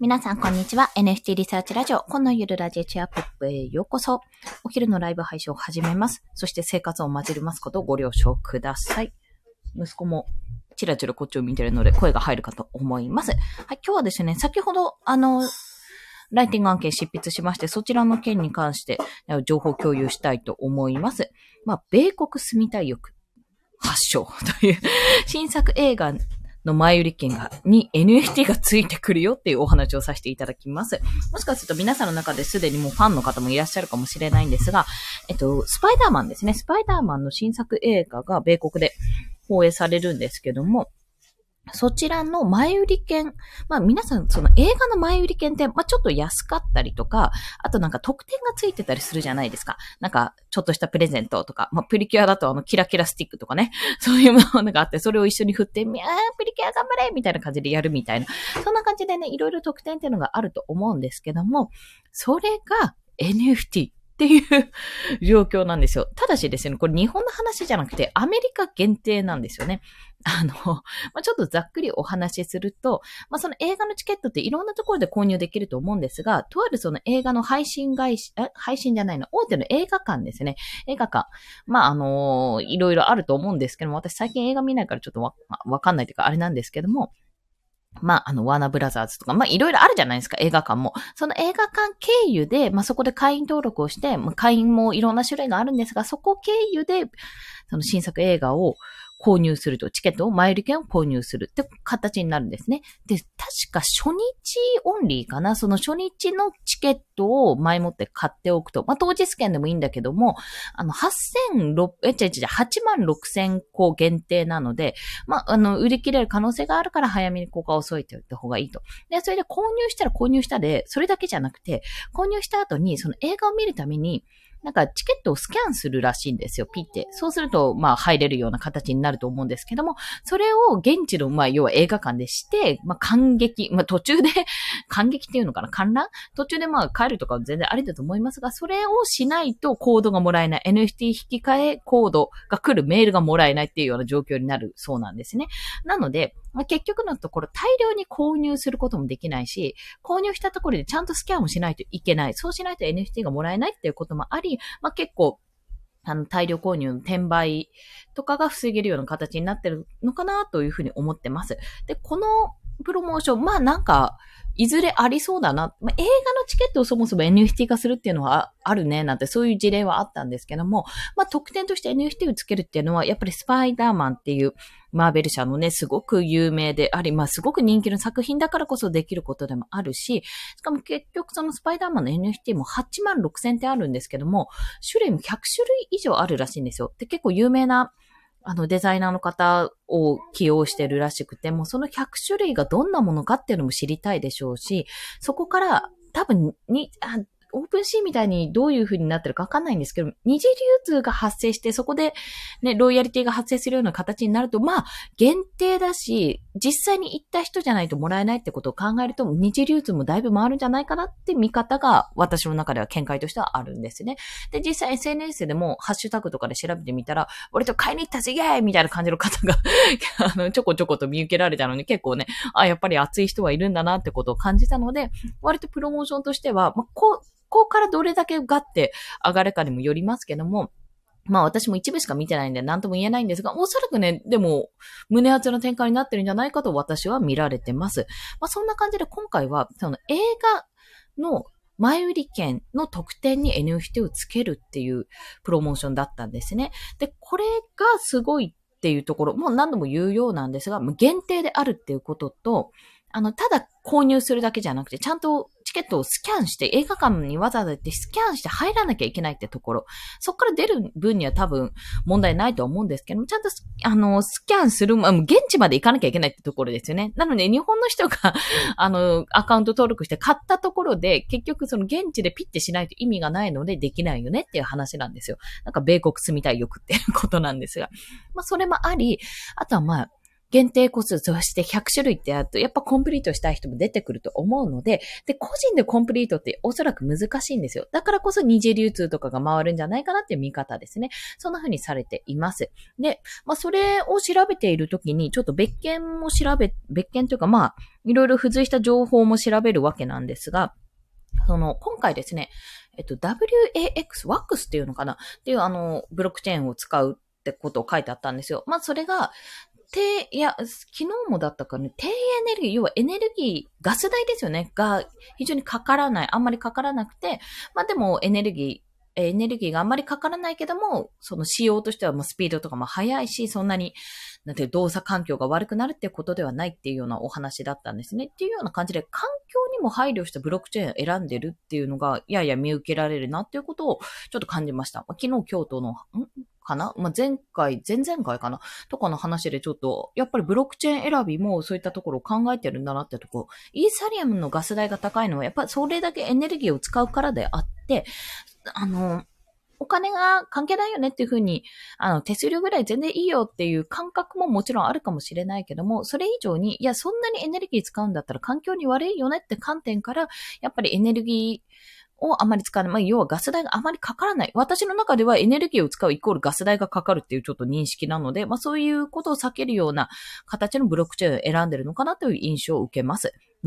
皆さん、こんにちは。NFT リサーチラジオ、このゆるラジオチェアポップへようこそ。お昼のライブ配信を始めます。そして生活を混じりますことをご了承ください。息子もチラチラこっちを見てるので声が入るかと思います。はい、今日はですね、先ほど、ライティング案件執筆しまして、そちらの件に関して情報共有したいと思います。米国住みたい欲発祥という新作映画の前売り券に NFT がついてくるよっていうお話をさせていただきます。もしかすると皆さんの中ですでにもうファンの方もいらっしゃるかもしれないんですが、スパイダーマンですね。スパイダーマンの新作映画が米国で放映されるんですけども、そちらの前売り券、皆さんその映画の前売り券って、ちょっと安かったりとか、あと特典がついてたりするじゃないですか。ちょっとしたプレゼントとか、プリキュアだとキラキラスティックとかね、そういうものがあって、それを一緒に振って、プリキュア頑張れみたいな感じでやるみたいな。そんな感じでね、いろいろ特典っていうのがあると思うんですけども、それが NFT。っていう状況なんですよ。ただしですね、これ日本の話じゃなくてアメリカ限定なんですよね。ちょっとざっくりお話しすると、その映画のチケットっていろんなところで購入できると思うんですが、とあるその映画の配信じゃないの、大手の映画館ですね。映画館。いろいろあると思うんですけども、私最近映画見ないからちょっとわかんないというかあれなんですけども、ワーナーブラザーズとか、いろいろあるじゃないですか、映画館も。その映画館経由で、そこで会員登録をして、会員もいろんな種類があるんですが、そこ経由で、その新作映画を購入すると、チケットを、前売り券を購入するって形になるんですね。で、確か初日オンリーかな、その初日のチケットを前もって買っておくと、当日券でもいいんだけども、8万6千個限定なので、売り切れる可能性があるから早めに効果を添えておいた方がいいと。で、それで購入したら購入したで、それだけじゃなくて、購入した後にその映画を見るために、チケットをスキャンするらしいんですよ、ピッて。そうすると、入れるような形になると思うんですけども、それを現地の、要は映画館でして、感激、途中で、感激っていうのかな、観覧途中で帰るとかは全然ありだと思いますが、それをしないとコードがもらえない、NFT 引き換えコードが来るメールがもらえないっていうような状況になるそうなんですね。なので、結局のところ大量に購入することもできないし、購入したところでちゃんとスキャンをしないといけない。そうしないと NFT がもらえないっていうこともあり、結構、大量購入の転売とかが防げるような形になってるのかなというふうに思ってます。で、このプロモーション、いずれありそうだな。映画のチケットをそもそも NFT 化するっていうのはあるね、なんてそういう事例はあったんですけども、特典として NFT をつけるっていうのは、やっぱりスパイダーマンっていうマーベル社のね、すごく有名であり、すごく人気の作品だからこそできることでもあるし、しかも結局そのスパイダーマンの NFT も8万6千点あるんですけども、種類も100種類以上あるらしいんですよ。で、結構有名なデザイナーの方を起用してるらしくて、もうその100種類がどんなものかっていうのも知りたいでしょうし、そこから多分オープンシーみたいにどういう風になってるかわかんないんですけど、二次流通が発生して、そこでね、ロイヤリティが発生するような形になると、限定だし、実際に行った人じゃないともらえないってことを考えると、二次流通もだいぶ回るんじゃないかなって見方が、私の中では見解としてはあるんですね。で、実際 SNS でも、ハッシュタグとかで調べてみたら、割と買いに行ったぜ、イエーイみたいな感じの方がちょこちょこと見受けられたのに、結構ね、やっぱり熱い人はいるんだなってことを感じたので、割とプロモーションとしては、ここからどれだけガッて上がるかにもよりますけども、私も一部しか見てないんで何とも言えないんですが、おそらくね、でも胸熱な展開になってるんじゃないかと私は見られてます。そんな感じで今回はその映画の前売り券の特典に NFT をつけるっていうプロモーションだったんですね。で、これがすごいっていうところ、もう何度も言うようなんですが、限定であるっていうことと、ただ購入するだけじゃなくて、ちゃんとチケットをスキャンして、映画館にわざわざ行ってスキャンして入らなきゃいけないってところ。そこから出る分には多分問題ないと思うんですけども、ちゃんとスキャンする、現地まで行かなきゃいけないってところですよね。なので、日本の人が、アカウント登録して買ったところで、結局その現地でピッてしないと意味がないのでできないよねっていう話なんですよ。米国住みたい欲っていうことなんですが。それもあり、あとは限定個数として100種類ってあると、やっぱコンプリートしたい人も出てくると思うので、で、個人でコンプリートっておそらく難しいんですよ。だからこそ二次流通とかが回るんじゃないかなっていう見方ですね。そんな風にされています。で、それを調べているときに、ちょっと別件というかいろいろ付随した情報も調べるわけなんですが、今回ですね、WAX っていうのかなっていうブロックチェーンを使うってことを書いてあったんですよ。それが、昨日もだったかね、低エネルギー、要はエネルギー、ガス代ですよね、が非常にかからない、あんまりかからなくて、でもエネルギーがあんまりかからないけども、その仕様としてはスピードとかも速いし、そんなに、動作環境が悪くなるっていうことではないっていうようなお話だったんですね。っていうような感じで、環境にも配慮したブロックチェーンを選んでるっていうのが、やや見受けられるなっていうことをちょっと感じました。昨日、京都の、かな前々回かなとかの話でちょっと、やっぱりブロックチェーン選びもそういったところを考えてるんだなってところ。イーサリアムのガス代が高いのは、やっぱりそれだけエネルギーを使うからであって、お金が関係ないよねっていうふうに、手数料ぐらい全然いいよっていう感覚ももちろんあるかもしれないけども、それ以上に、いや、そんなにエネルギー使うんだったら環境に悪いよねって観点から、やっぱりエネルギーをあまり使わない。要はガス代があまりかからない。私の中ではエネルギーを使うイコールガス代がかかるっていうちょっと認識なので、そういうことを避けるような形のブロックチェーンを選んでるのかなという印象を受けます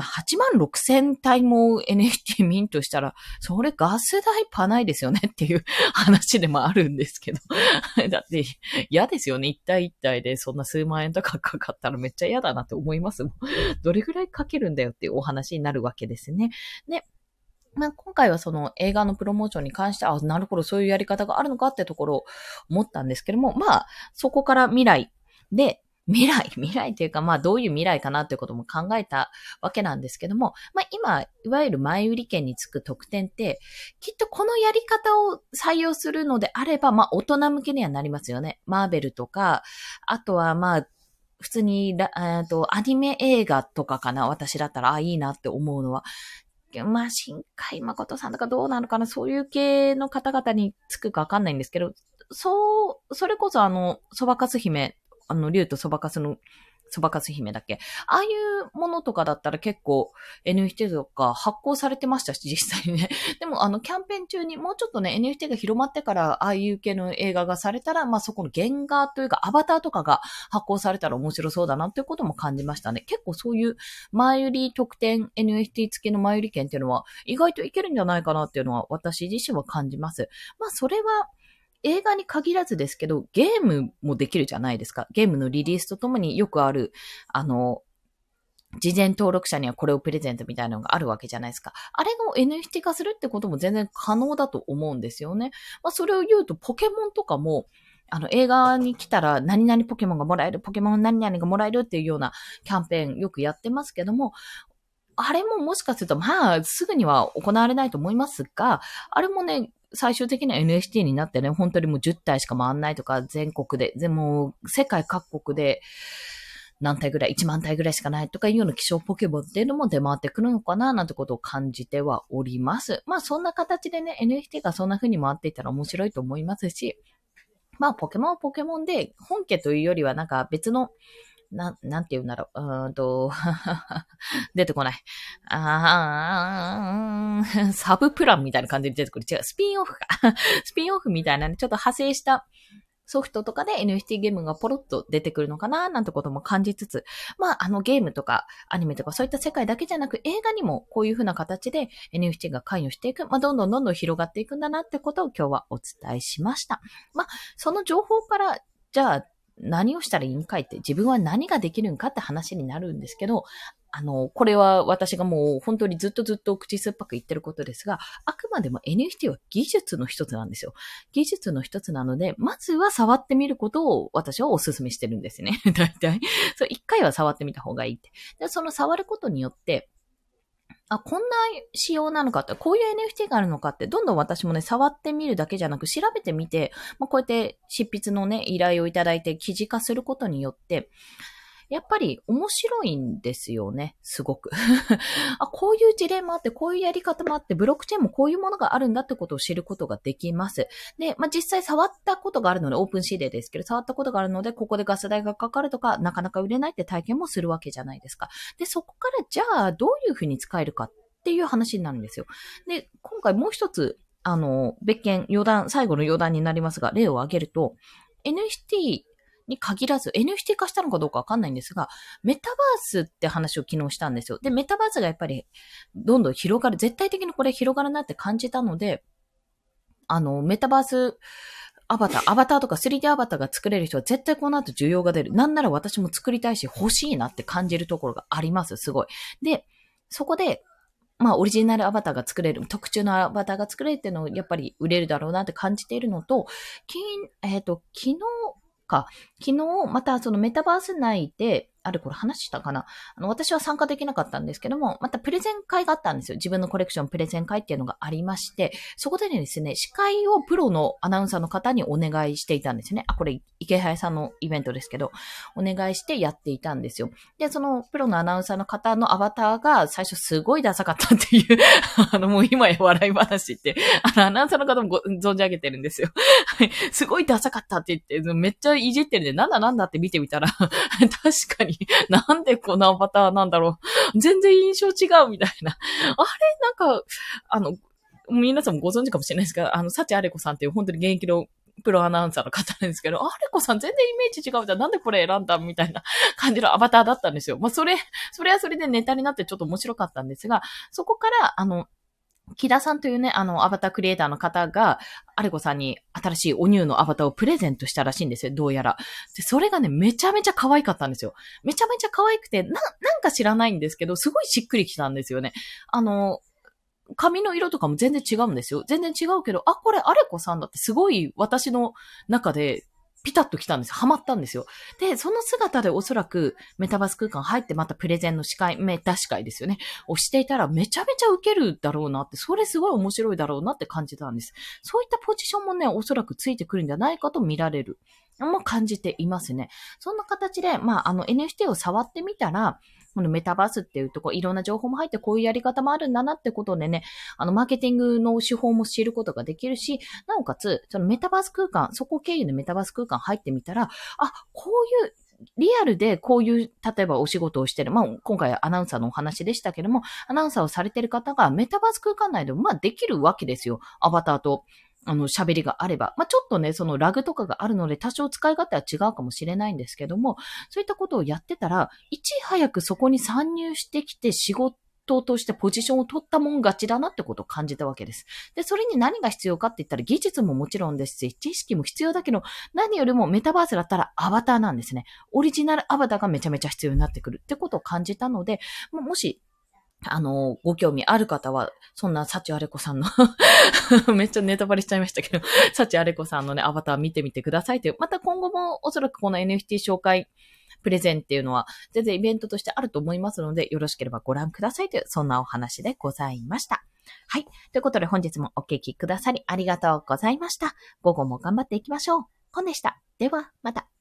。86,000体も NFT ミントしたら、それガス代パないですよねっていう話でもあるんですけど。だって嫌ですよね。一体一体でそんな数万円とかかかったらめっちゃ嫌だなって思いますもん。どれぐらいかけるんだよっていうお話になるわけですね。で、今回はその映画のプロモーションに関しては、なるほど、そういうやり方があるのかってところを思ったんですけども、そこから未来というか、どういう未来かなっていうことも考えたわけなんですけども、今、いわゆる前売り券につく特典って、きっとこのやり方を採用するのであれば、大人向けにはなりますよね。マーベルとか、あとは普通に、アニメ映画とかかな。私だったら、いいなって思うのは、新海誠さんとかどうなのかな、そういう系の方々につくかわかんないんですけど、それこそそばかす姫、竜とそばかす姫だっけ、ああいうものとかだったら結構 NFT とか発行されてましたし、実際にね。でもキャンペーン中にもうちょっとね、NFT が広まってからああいう系の映画がされたら、そこの原画というかアバターとかが発行されたら面白そうだなということも感じましたね。結構そういう前売り特典 NFT 付きの前売り券っていうのは意外といけるんじゃないかなっていうのは私自身は感じます。それは映画に限らずですけど、ゲームもできるじゃないですか。ゲームのリリースとともによくある、事前登録者にはこれをプレゼントみたいなのがあるわけじゃないですか。あれを NFT 化するってことも全然可能だと思うんですよね。それを言うとポケモンとかも、映画に来たら何々ポケモンがもらえる、ポケモン何々がもらえるっていうようなキャンペーンよくやってますけども、あれももしかすると、すぐには行われないと思いますが、あれもね、最終的な NFT になってね、本当にもう10体しか回んないとか、全国で、も世界各国で何体ぐらい、1万体ぐらいしかないとかいうような希少ポケモンっていうのも出回ってくるのかな、なんてことを感じてはおります。そんな形でね、NFT がそんな風に回っていったら面白いと思いますし、ポケモンはポケモンで、本家というよりはなんか別の、なんて言うんだろう。出てこない。サブプランみたいな感じで出てくる。違う、スピンオフか。スピンオフみたいなね、ちょっと派生したソフトとかで NFT ゲームがポロッと出てくるのかななんてことも感じつつ、ゲームとかアニメとかそういった世界だけじゃなく映画にもこういう風な形で NFT が関与していく、どんどん広がっていくんだなってことを今日はお伝えしました。その情報から、じゃあ何をしたらいいんかいって、自分は何ができるんかって話になるんですけど、これは私がもう本当にずっと口酸っぱく言ってることですが、あくまでも NFT は技術の一つなんですよ。技術の一つなので、まずは触ってみることを私はお勧めしてるんですね。大体。一回は触ってみた方がいいって。で、その触ることによって、こんな仕様なのかって、こういう NFT があるのかって、どんどん私もね、触ってみるだけじゃなく、調べてみて、こうやって執筆のね、依頼をいただいて記事化することによって、 やっぱり面白いんですよね、すごく。あ、こういう事例もあって、こういうやり方もあって、ブロックチェーンもこういうものがあるんだってことを知ることができます。で、実際触ったことがあるので、オープンシーデーですけど、触ったことがあるので、ここでガス代がかかるとか、なかなか売れないって体験もするわけじゃないですか。で、そこからじゃあ、どういうふうに使えるかっていう話になるんですよ。で、今回もう一つ、別件、最後の余談になりますが、例を挙げると、NFT に限らず、NFT 化したのかどうかわかんないんですが、メタバースって話を昨日したんですよ。で、メタバースがやっぱりどんどん広がる、絶対的にこれ広がるなって感じたので、メタバースアバターとか 3D アバターが作れる人は絶対この後需要が出る。なんなら私も作りたいし欲しいなって感じるところがあります、すごい。で、そこで、オリジナルアバターが作れる、特注のアバターが作れるっていうのをやっぱり売れるだろうなって感じているのと、昨日、またそのメタバース内で、これ話したかな？私は参加できなかったんですけども、またプレゼン会があったんですよ。自分のコレクションプレゼン会っていうのがありまして、そこでですね、司会をプロのアナウンサーの方にお願いしていたんですね。これ、池原さんのイベントですけど、お願いしてやっていたんですよ。で、そのプロのアナウンサーの方のアバターが最初すごいダサかったっていう、もう今や笑い話って、アナウンサーの方も存じ上げてるんですよ。すごいダサかったって言って、めっちゃいじってるんで、なんだって見てみたら、確かに、なんでこのアバターなんだろう。全然印象違うみたいな。なんか、皆さんもご存知かもしれないですが、幸あれ子さんっていう本当に現役のプロアナウンサーの方なんですけど、あれ子さん全然イメージ違うじゃん。なんでこれ選んだみたいな感じのアバターだったんですよ。それはそれでネタになってちょっと面白かったんですが、そこから、木田さんというね、アバタークリエイターの方が、アレコさんに新しいおニューのアバターをプレゼントしたらしいんですよ、どうやら。で、それがね、めちゃめちゃ可愛かったんですよ。めちゃめちゃ可愛くて、なんか知らないんですけど、すごいしっくりきたんですよね。髪の色とかも全然違うんですよ。全然違うけど、これアレコさんだってすごい私の中で、ピタッと来たんですよ。ハマったんですよ。で、その姿でおそらくメタバース空間入ってまたプレゼンのメタ司会ですよね。をしていたらめちゃめちゃ受けるだろうなって、それすごい面白いだろうなって感じたんです。そういったポジションもね、おそらくついてくるんじゃないかと見られる。感じていますね。そんな形で、NFT を触ってみたら、このメタバースっていうところ、いろんな情報も入ってこういうやり方もあるんだなってことでね、マーケティングの手法も知ることができるし、なおかつ、そのメタバース空間、そこ経由のメタバース空間入ってみたら、こういう、リアルでこういう、例えばお仕事をしてる、今回アナウンサーのお話でしたけども、アナウンサーをされてる方がメタバース空間内でも、できるわけですよ。アバターと。喋りがあれば。ちょっとね、そのラグとかがあるので、多少使い勝手は違うかもしれないんですけども、そういったことをやってたら、いち早くそこに参入してきて仕事としてポジションを取ったもん勝ちだなってことを感じたわけです。で、それに何が必要かって言ったら技術ももちろんですし、知識も必要だけど、何よりもメタバースだったらアバターなんですね。オリジナルアバターがめちゃめちゃ必要になってくるってことを感じたので、もし、ご興味ある方は、そんな幸あれ子さんのめっちゃネタバレしちゃいましたけど、幸あれ子さんのね、アバター見てみてくださいという。また今後もおそらくこの NFT 紹介プレゼンっていうのは全然イベントとしてあると思いますので、よろしければご覧くださいという、そんなお話でございました。はい。ということで本日もお聞きくださりありがとうございました。午後も頑張っていきましょう。コンでした。では、また。